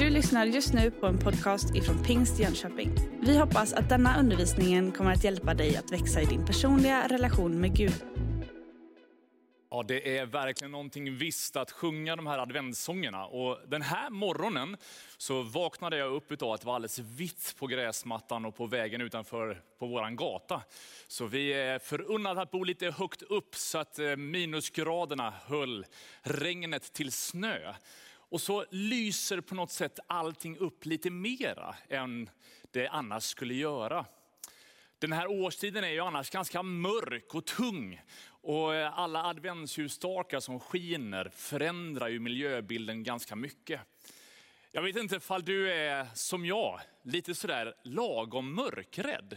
Du lyssnar just nu på en podcast ifrån Pingst Jönköping. Vi hoppas att denna undervisning kommer att hjälpa dig att växa i din personliga relation med Gud. Ja, det är verkligen någonting visst att sjunga de här adventssångerna. Och den här morgonen så vaknade jag upp av att det var alldeles vitt på gräsmattan och på vägen utanför på våran gata. Så vi är förunnade att bo lite högt upp så att minusgraderna höll regnet till snö. Och så lyser på något sätt allting upp lite mera än det annars skulle göra. Den här årstiden är ju annars ganska mörk och tung. Och alla adventsljusstakar som skiner förändrar ju miljöbilden ganska mycket. Jag vet inte ifall du är som jag, lite sådär lagom mörkrädd.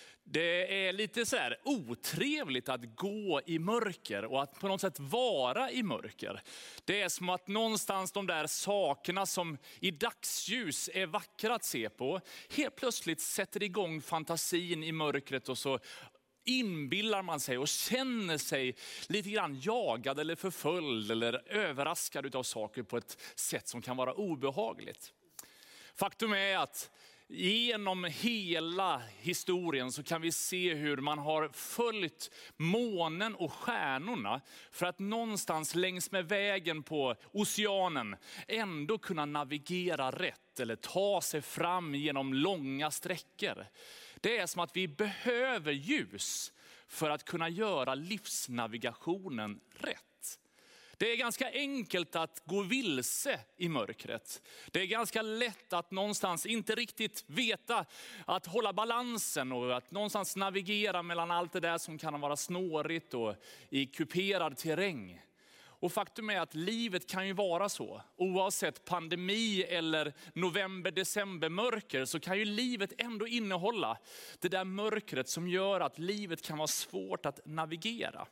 Det är lite så här otrevligt att gå i mörker och att på något sätt vara i mörker. Det är som att någonstans de där sakerna som i dagsljus är vackra att se på, helt plötsligt sätter igång fantasin i mörkret och så inbillar man sig och känner sig lite grann jagad eller förföljd eller överraskad av saker på ett sätt som kan vara obehagligt. Faktum är att genom hela historien så kan vi se hur man har följt månen och stjärnorna för att någonstans längs med vägen på oceanen ändå kunna navigera rätt eller ta sig fram genom långa sträckor. Det är som att vi behöver ljus för att kunna göra livsnavigationen rätt. Det är ganska enkelt att gå vilse i mörkret. Det är ganska lätt att någonstans inte riktigt veta att hålla balansen och att någonstans navigera mellan allt det där som kan vara snårigt och i kuperad terräng. Och faktum är att livet kan ju vara så. Oavsett pandemi eller november-december-mörker så kan ju livet ändå innehålla det där mörkret som gör att livet kan vara svårt att navigera.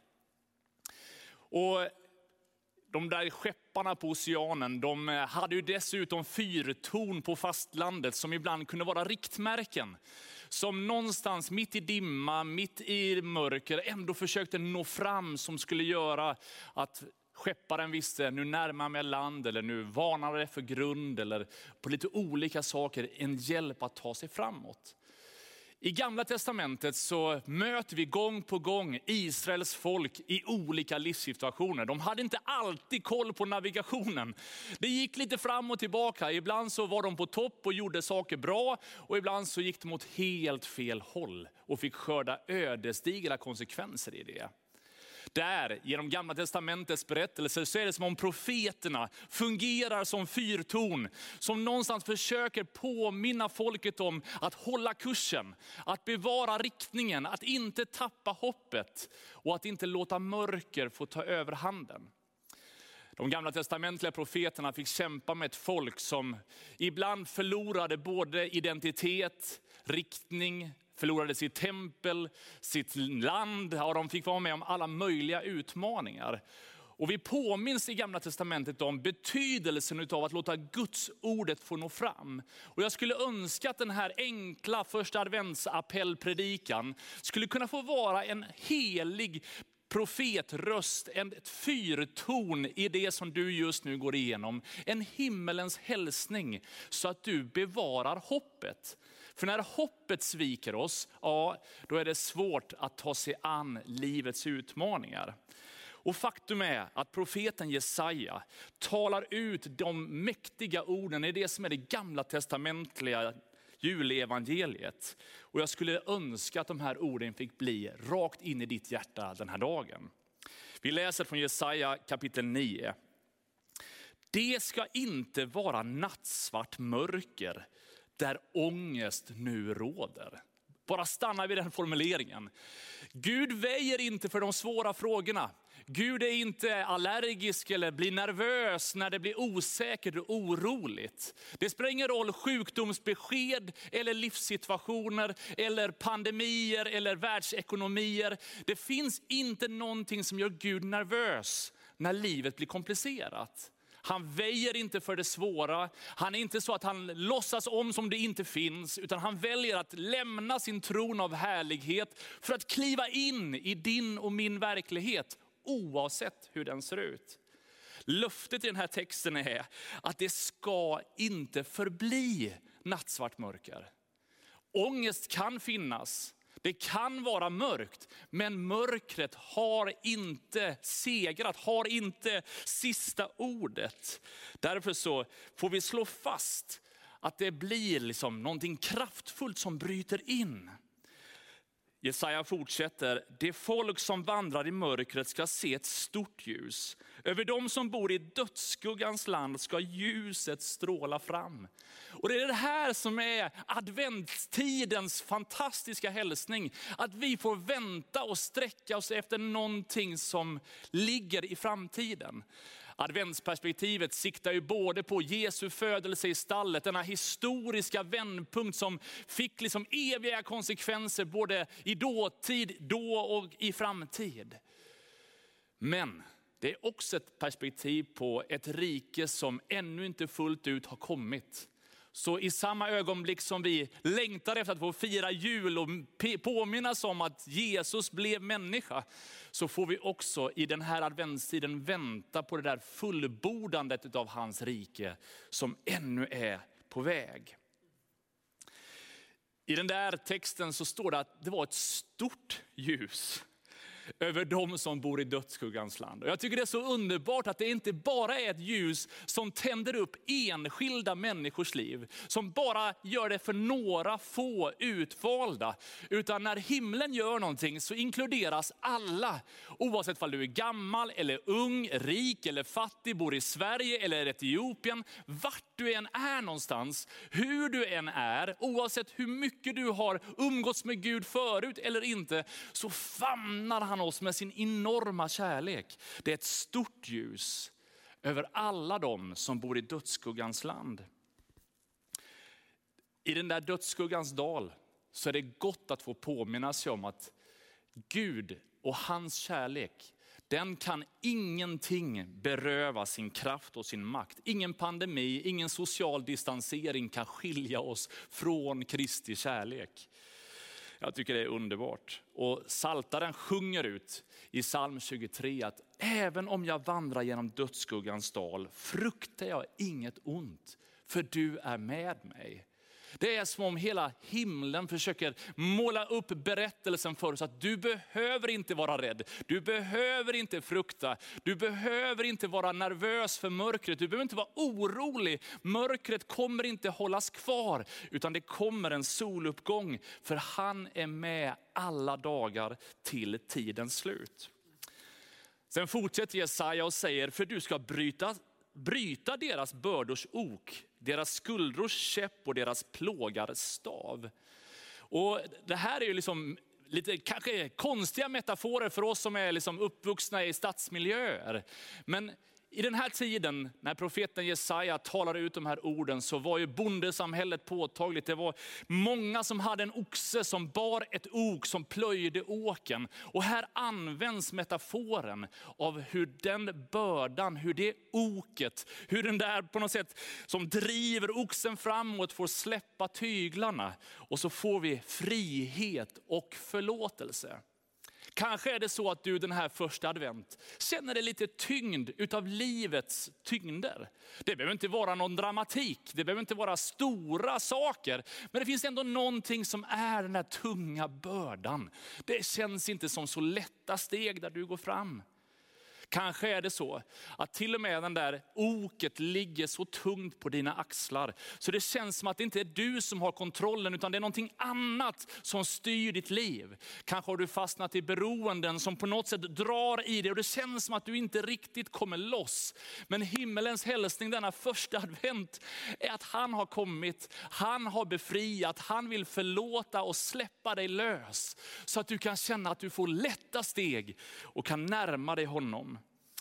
Och de där skepparna på oceanen, de hade ju dessutom fyrtorn på fastlandet som ibland kunde vara riktmärken. Som någonstans mitt i dimma, mitt i mörker ändå försökte nå fram, som skulle göra att skepparen visste, nu närmar mig land eller nu varnar det för grund eller på lite olika saker, en hjälp att ta sig framåt. I Gamla testamentet så möter vi gång på gång Israels folk i olika livssituationer. De hade inte alltid koll på navigationen. Det gick lite fram och tillbaka. Ibland så var de på topp och gjorde saker bra. Och ibland så gick de åt helt fel håll och fick skörda ödesdigra konsekvenser i det. Där, genom Gamla testamentets berättelser, så är det som om profeterna fungerar som fyrtorn. Som någonstans försöker påminna folket om att hålla kursen. Att bevara riktningen, att inte tappa hoppet. Och att inte låta mörker få ta över handen. De gamla testamentliga profeterna fick kämpa med ett folk som ibland förlorade både identitet, riktning, förlorade sitt tempel, sitt land. Ja, de fick vara med om alla möjliga utmaningar. Och vi påminns i Gamla testamentet om betydelsen av att låta Guds ordet få nå fram. Och jag skulle önska att den här enkla första adventsappellpredikan skulle kunna få vara en helig profetröst, ett fyrtorn i det som du just nu går igenom. En himmelens hälsning så att du bevarar hoppet. För när hoppet sviker oss, ja, då är det svårt att ta sig an livets utmaningar. Och faktum är att profeten Jesaja talar ut de mäktiga orden i det som är det gamla testamentliga julevangeliet. Och jag skulle önska att de här orden fick bli rakt in i ditt hjärta den här dagen. Vi läser från Jesaja kapitel 9. Det ska inte vara nattsvart mörker där ångest nu råder. Bara stanna vid den formuleringen. Gud väjer inte för de svåra frågorna. Gud är inte allergisk eller blir nervös när det blir osäkert och oroligt. Det spelar ingen roll sjukdomsbesked eller livssituationer eller pandemier eller världsekonomier. Det finns inte någonting som gör Gud nervös när livet blir komplicerat. Han väjer inte för det svåra. Han är inte så att han låtsas om som det inte finns. Utan han väljer att lämna sin tron av härlighet för att kliva in i din och min verklighet. Oavsett hur den ser ut. Löftet i den här texten är att det ska inte förbli nattsvart mörker. Ångest kan finnas. Det kan vara mörkt, men mörkret har inte segrat, har inte sista ordet. Därför så får vi slå fast att det blir liksom någonting kraftfullt som bryter in. Jesaja fortsätter, det folk som vandrar i mörkret ska se ett stort ljus. Över dem som bor i dödsskuggans land ska ljuset stråla fram. Och det är det här som är adventstidens fantastiska hälsning. Att vi får vänta och sträcka oss efter någonting som ligger i framtiden. Adventsperspektivet siktar ju både på Jesu födelse i stallet, denna historiska vändpunkt som fick liksom eviga konsekvenser både i dåtid, då och i framtid. Men det är också ett perspektiv på ett rike som ännu inte fullt ut har kommit. Så i samma ögonblick som vi längtar efter att få fira jul och påminnas om att Jesus blev människa, så får vi också i den här adventstiden vänta på det där fullbordandet av hans rike som ännu är på väg. I den där texten så står det att det var ett stort ljus över dem som bor i dödsskuggans land. Och jag tycker det är så underbart att det inte bara är ett ljus som tänder upp enskilda människors liv, som bara gör det för några få utvalda, utan när himlen gör någonting så inkluderas alla, oavsett om du är gammal eller ung, rik eller fattig, bor i Sverige eller Etiopien, vart du än är någonstans, hur du än är, oavsett hur mycket du har umgåtts med Gud förut eller inte, så famnar han oss med sin enorma kärlek. Det är ett stort ljus över alla de som bor i dödsskuggans land. I den där dödsskuggans dal så är det gott att få påminna sig om att Gud och hans kärlek, den kan ingenting beröva sin kraft och sin makt. Ingen pandemi, ingen social distansering kan skilja oss från Kristi kärlek. Jag tycker det är underbart. Och Psaltaren sjunger ut i psalm 23 att även om jag vandrar genom dödsskuggans dal fruktar jag inget ont, för du är med mig. Det är som om hela himlen försöker måla upp berättelsen för oss att du behöver inte vara rädd. Du behöver inte frukta. Du behöver inte vara nervös för mörkret. Du behöver inte vara orolig. Mörkret kommer inte hållas kvar, utan det kommer en soluppgång. För han är med alla dagar till tidens slut. Sen fortsätter Jesaja och säger, för du ska bryta deras bördors ok, deras skuldrors käpp och deras plågar stav. Och det här är ju liksom lite kanske konstiga metaforer för oss som är liksom uppvuxna i stadsmiljöer. Men i den här tiden när profeten Jesaja talar ut de här orden så var ju bondesamhället påtagligt. Det var många som hade en oxe som bar ett ok som plöjde åken. Och här används metaforen av hur den bördan, hur det oket, hur den där på något sätt som driver oxen framåt får släppa tyglarna. Och så får vi frihet och förlåtelse. Kanske är det så att du den här första advent känner dig lite tyngd utav livets tyngder. Det behöver inte vara någon dramatik, det behöver inte vara stora saker. Men det finns ändå någonting som är den här tunga bördan. Det känns inte som så lätta steg där du går fram. Kanske är det så att till och med den där oket ligger så tungt på dina axlar. Så det känns som att det inte är du som har kontrollen, utan det är någonting annat som styr ditt liv. Kanske har du fastnat i beroenden som på något sätt drar i dig och det känns som att du inte riktigt kommer loss. Men himmelens hälsning denna första advent är att han har kommit, han har befriat, han vill förlåta och släppa dig lös. Så att du kan känna att du får lätta steg och kan närma dig honom.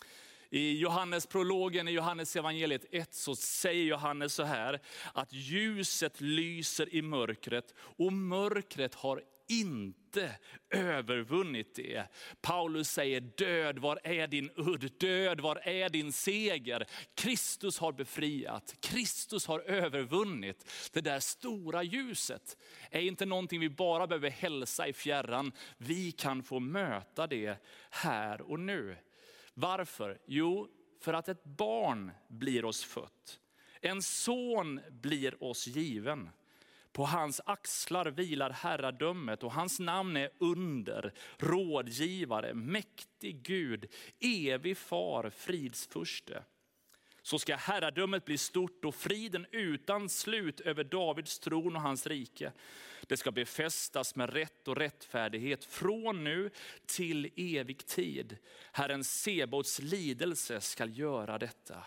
I Johannes prologen i Johannes evangeliet 1 så säger Johannes så här, att ljuset lyser i mörkret och mörkret har inte övervunnit det. Paulus säger, död, var är din udd? Död, var är din seger? Kristus har befriat, Kristus har övervunnit. Det där stora ljuset är inte någonting vi bara behöver hälsa i fjärran. Vi kan få möta det här och nu. Varför? Jo, för att ett barn blir oss fött. En son blir oss given. På hans axlar vilar herradömet och hans namn är under, rådgivare, mäktig Gud, evig far, fridsfurste. Så ska herradömet bli stort och friden utan slut över Davids tron och hans rike. Det ska befästas med rätt och rättfärdighet från nu till evig tid. Herren Sebaots lidelse ska göra detta.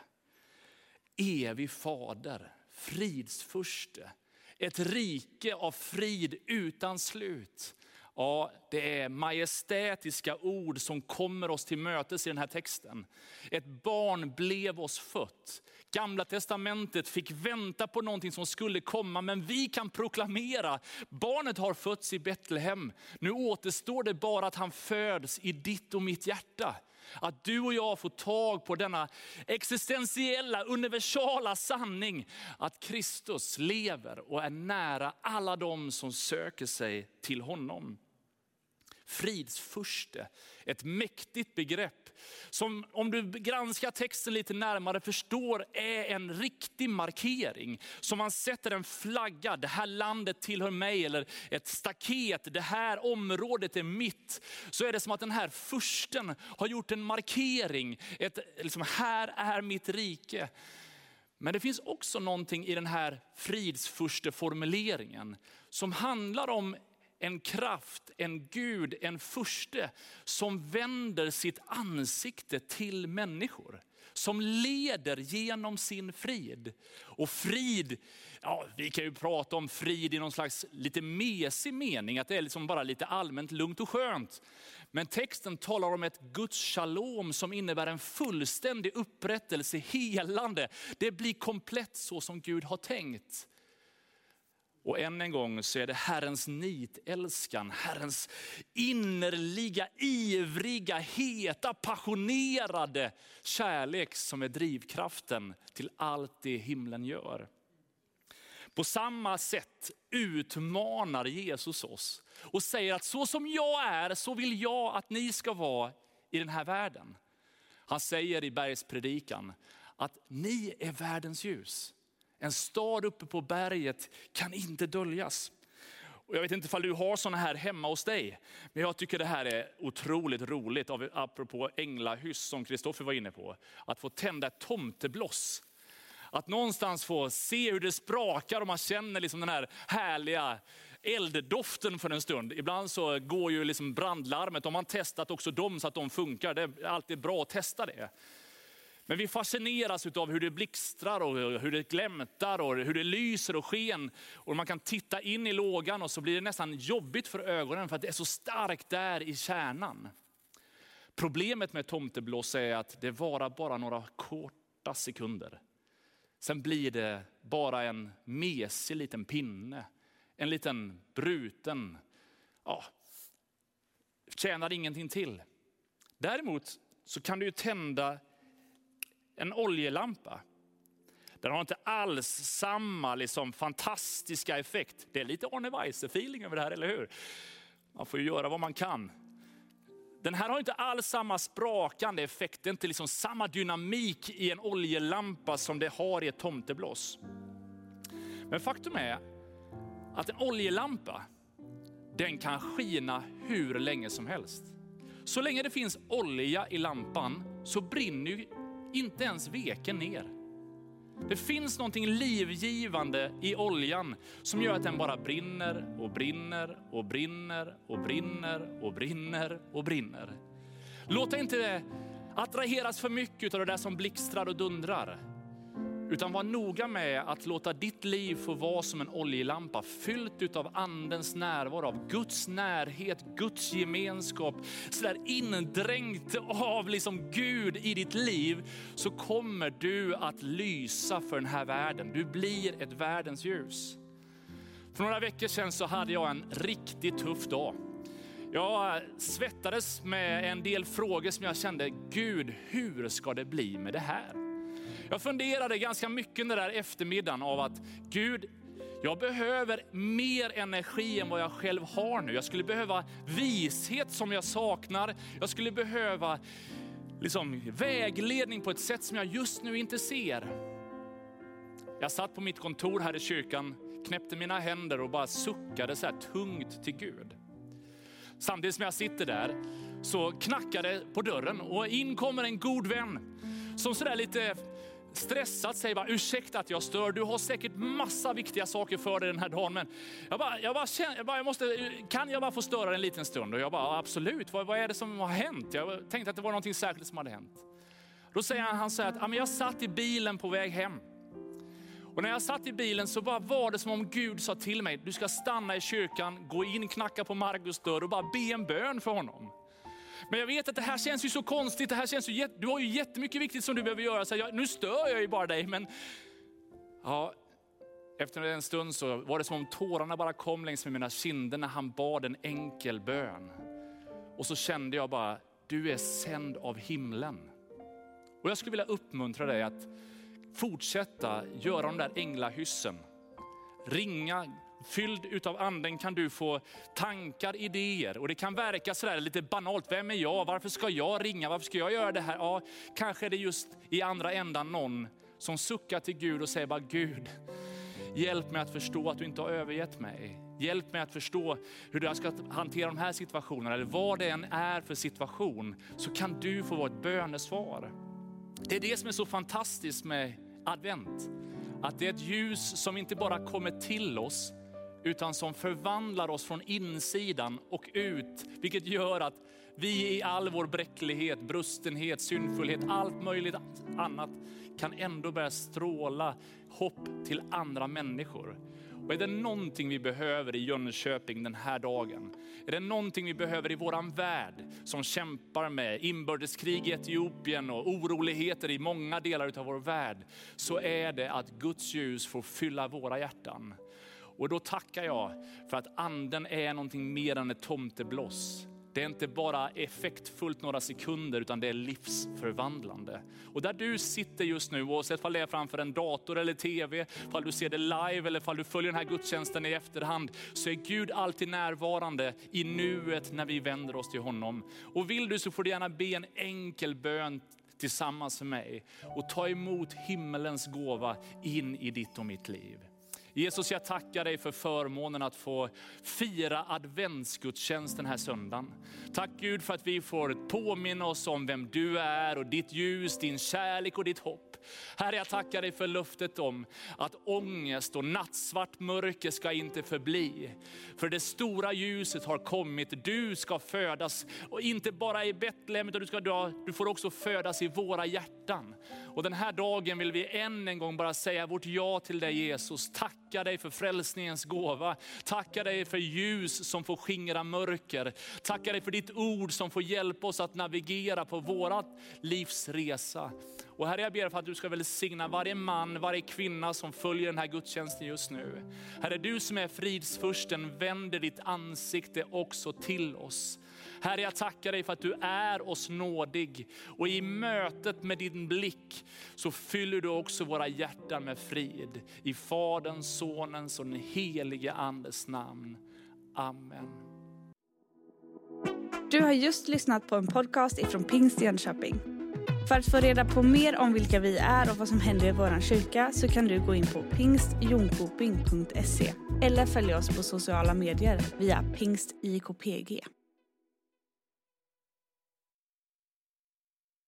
Evig fader, fridsfurste, ett rike av frid utan slut. Ja, det är majestätiska ord som kommer oss till mötes i den här texten. Ett barn blev oss fött. Gamla testamentet fick vänta på någonting som skulle komma, men vi kan proklamera: barnet har fötts i Betlehem. Nu återstår det bara att han föds i ditt och mitt hjärta. Att du och jag får tag på denna existentiella, universala sanning. Att Kristus lever och är nära alla de som söker sig till honom. Fridsfurste, ett mäktigt begrepp som, om du granskar texten lite närmare, förstår är en riktig markering. Som man sätter en flagga: det här landet tillhör mig, eller ett staket, det här området är mitt. Så är det som att den här fursten har gjort en markering, här är mitt rike. Men det finns också någonting i den här fridsfursteformuleringen som handlar om en kraft, en Gud, en furste som vänder sitt ansikte till människor. Som leder genom sin frid. Och frid, ja, vi kan ju prata om frid i någon slags lite mesig mening. Att det är liksom bara lite allmänt lugnt och skönt. Men texten talar om ett Guds shalom som innebär en fullständig upprättelse, helande. Det blir komplett så som Gud har tänkt. Och än en gång så är det Herrens nitälskan, Herrens innerliga, ivriga, heta, passionerade kärlek som är drivkraften till allt det himlen gör. På samma sätt utmanar Jesus oss och säger att så som jag är, så vill jag att ni ska vara i den här världen. Han säger i bergspredikan att ni är världens ljus. En stad uppe på berget kan inte döljas. Och jag vet inte om du har såna här hemma hos dig. Men jag tycker det här är otroligt roligt, apropå änglahyss som Kristoffer var inne på. Att få tända ett tomtebloss. Att någonstans få se hur det sprakar och man känner liksom den här härliga elddoften för en stund. Ibland så går ju liksom brandlarmet, om man testat också dem så att de funkar. Det är alltid bra att testa det. Men vi fascineras av hur det blixtrar och hur det glämtar och hur det lyser och sken. Och man kan titta in i lågan och så blir det nästan jobbigt för ögonen för att det är så starkt där i kärnan. Problemet med tomtebloss är att det varar bara några korta sekunder. Sen blir det bara en mesig liten pinne. En liten bruten, tjänar ingenting till. Däremot så kan du ju tända en oljelampa. Den har inte alls samma fantastiska effekt. Det är lite Arne Weise-feeling över det här, eller hur? Man får ju göra vad man kan. Den här har inte alls samma sprakande effekt. Det är inte samma dynamik i en oljelampa som det har i ett tomtebloss. Men faktum är att en oljelampa, den kan skina hur länge som helst. Så länge det finns olja i lampan så brinner ju inte ens veken ner. Det finns någonting livgivande i oljan som gör att den bara brinner och brinner och brinner och brinner och brinner och brinner. Låt dig inte attraheras för mycket av det där som blixtrar och dundrar. Utan var noga med att låta ditt liv få vara som en oljelampa, fyllt av andens närvaro, av Guds närhet, Guds gemenskap. Så där indränkt av Gud i ditt liv, så kommer du att lysa för den här världen. Du blir ett världens ljus. För några veckor sedan så hade jag en riktigt tuff dag. Jag svettades med en del frågor som jag kände, Gud, hur ska det bli med det här? Jag funderade ganska mycket den där eftermiddagen av att Gud, jag behöver mer energi än vad jag själv har nu. Jag skulle behöva vishet som jag saknar. Jag skulle behöva vägledning på ett sätt som jag just nu inte ser. Jag satt på mitt kontor här i kyrkan, knäppte mina händer och bara suckade så här tungt till Gud. Samtidigt som jag sitter där så knackade på dörren och in kommer en god vän som sådär lite stressat säger bara, ursäkta att jag stör, du har säkert massa viktiga saker för dig den här dagen, men kan jag bara få störa en liten stund? Och jag bara, absolut, vad är det som har hänt? Jag tänkte att det var någonting särskilt som hade hänt. Då säger han så här att jag satt i bilen på väg hem. Och när jag satt i bilen så bara var det som om Gud sa till mig, du ska stanna i kyrkan, gå in, knacka på Margus dörr och bara be en bön för honom. Men jag vet att det här känns ju så konstigt, det här känns ju du har ju jättemycket viktigt som du behöver göra. Så nu stör jag ju bara dig, men ja, efter en stund så var det som om tårarna bara kom längs med mina kinder när han bad en enkel bön. Och så kände jag bara, du är sänd av himlen. Och jag skulle vilja uppmuntra dig att fortsätta göra de där änglahyssen. Ringa, fylld utav anden kan du få tankar, idéer. Och det kan verka sådär lite banalt. Vem är jag? Varför ska jag ringa? Varför ska jag göra det här? Ja, kanske är det just i andra ändan någon som suckar till Gud och säger bara, Gud, hjälp mig att förstå att du inte har övergett mig. Hjälp mig att förstå hur jag ska hantera de här situationerna. Eller vad det än är för situation, så kan du få vara ett bönesvar. Det är det som är så fantastiskt med advent. Att det är ett ljus som inte bara kommer till oss, utan som förvandlar oss från insidan och ut. Vilket gör att vi i all vår bräcklighet, brustenhet, syndfullhet, allt möjligt annat kan ändå börja stråla hopp till andra människor. Och är det någonting vi behöver i Jönköping den här dagen? Är det någonting vi behöver i våran värld som kämpar med inbördeskrig i Etiopien och oroligheter i många delar av vår värld? Så är det att Guds ljus får fylla våra hjärtan. Och då tackar jag för att anden är någonting mer än ett tomtebloss. Det är inte bara effektfullt några sekunder, utan det är livsförvandlande. Och där du sitter just nu, oavsett om det är framför en dator eller tv, om du ser det live eller om du följer den här gudstjänsten i efterhand, så är Gud alltid närvarande i nuet när vi vänder oss till honom. Och vill du så får du gärna be en enkel bön tillsammans med mig och ta emot himmelens gåva in i ditt och mitt liv. Jesus, jag tackar dig för förmånen att få fira adventsgudstjänst den här söndagen. Tack Gud för att vi får påminna oss om vem du är och ditt ljus, din kärlek och ditt hopp. Herre, jag tackar dig för löftet om att ångest och nattsvart mörker ska inte förbli. För det stora ljuset har kommit. Du ska födas, och inte bara i Betlehem, utan du får också födas i våra hjärtan. Och den här dagen vill vi än en gång bara säga vårt ja till dig Jesus. Tacka dig för frälsningens gåva. Tacka dig för ljus som får skingra mörker. Tacka dig för ditt ord som får hjälpa oss att navigera på vårat livs resa. Och Herre, jag ber för att du ska välsigna varje man, varje kvinna som följer den här gudstjänsten just nu. Herre, du som är fridsfursten, vänder ditt ansikte också till oss. Herre, jag tackar dig för att du är oss nådig. Och i mötet med din blick så fyller du också våra hjärtan med frid. I Faderns, Sonens och den helige Andes namn. Amen. Du har just lyssnat på en podcast ifrån Pingst Jönköping. För att få reda på mer om vilka vi är och vad som händer i vår kyrka, så kan du gå in på pingstjonkoping.se eller följa oss på sociala medier via pingstjkpg.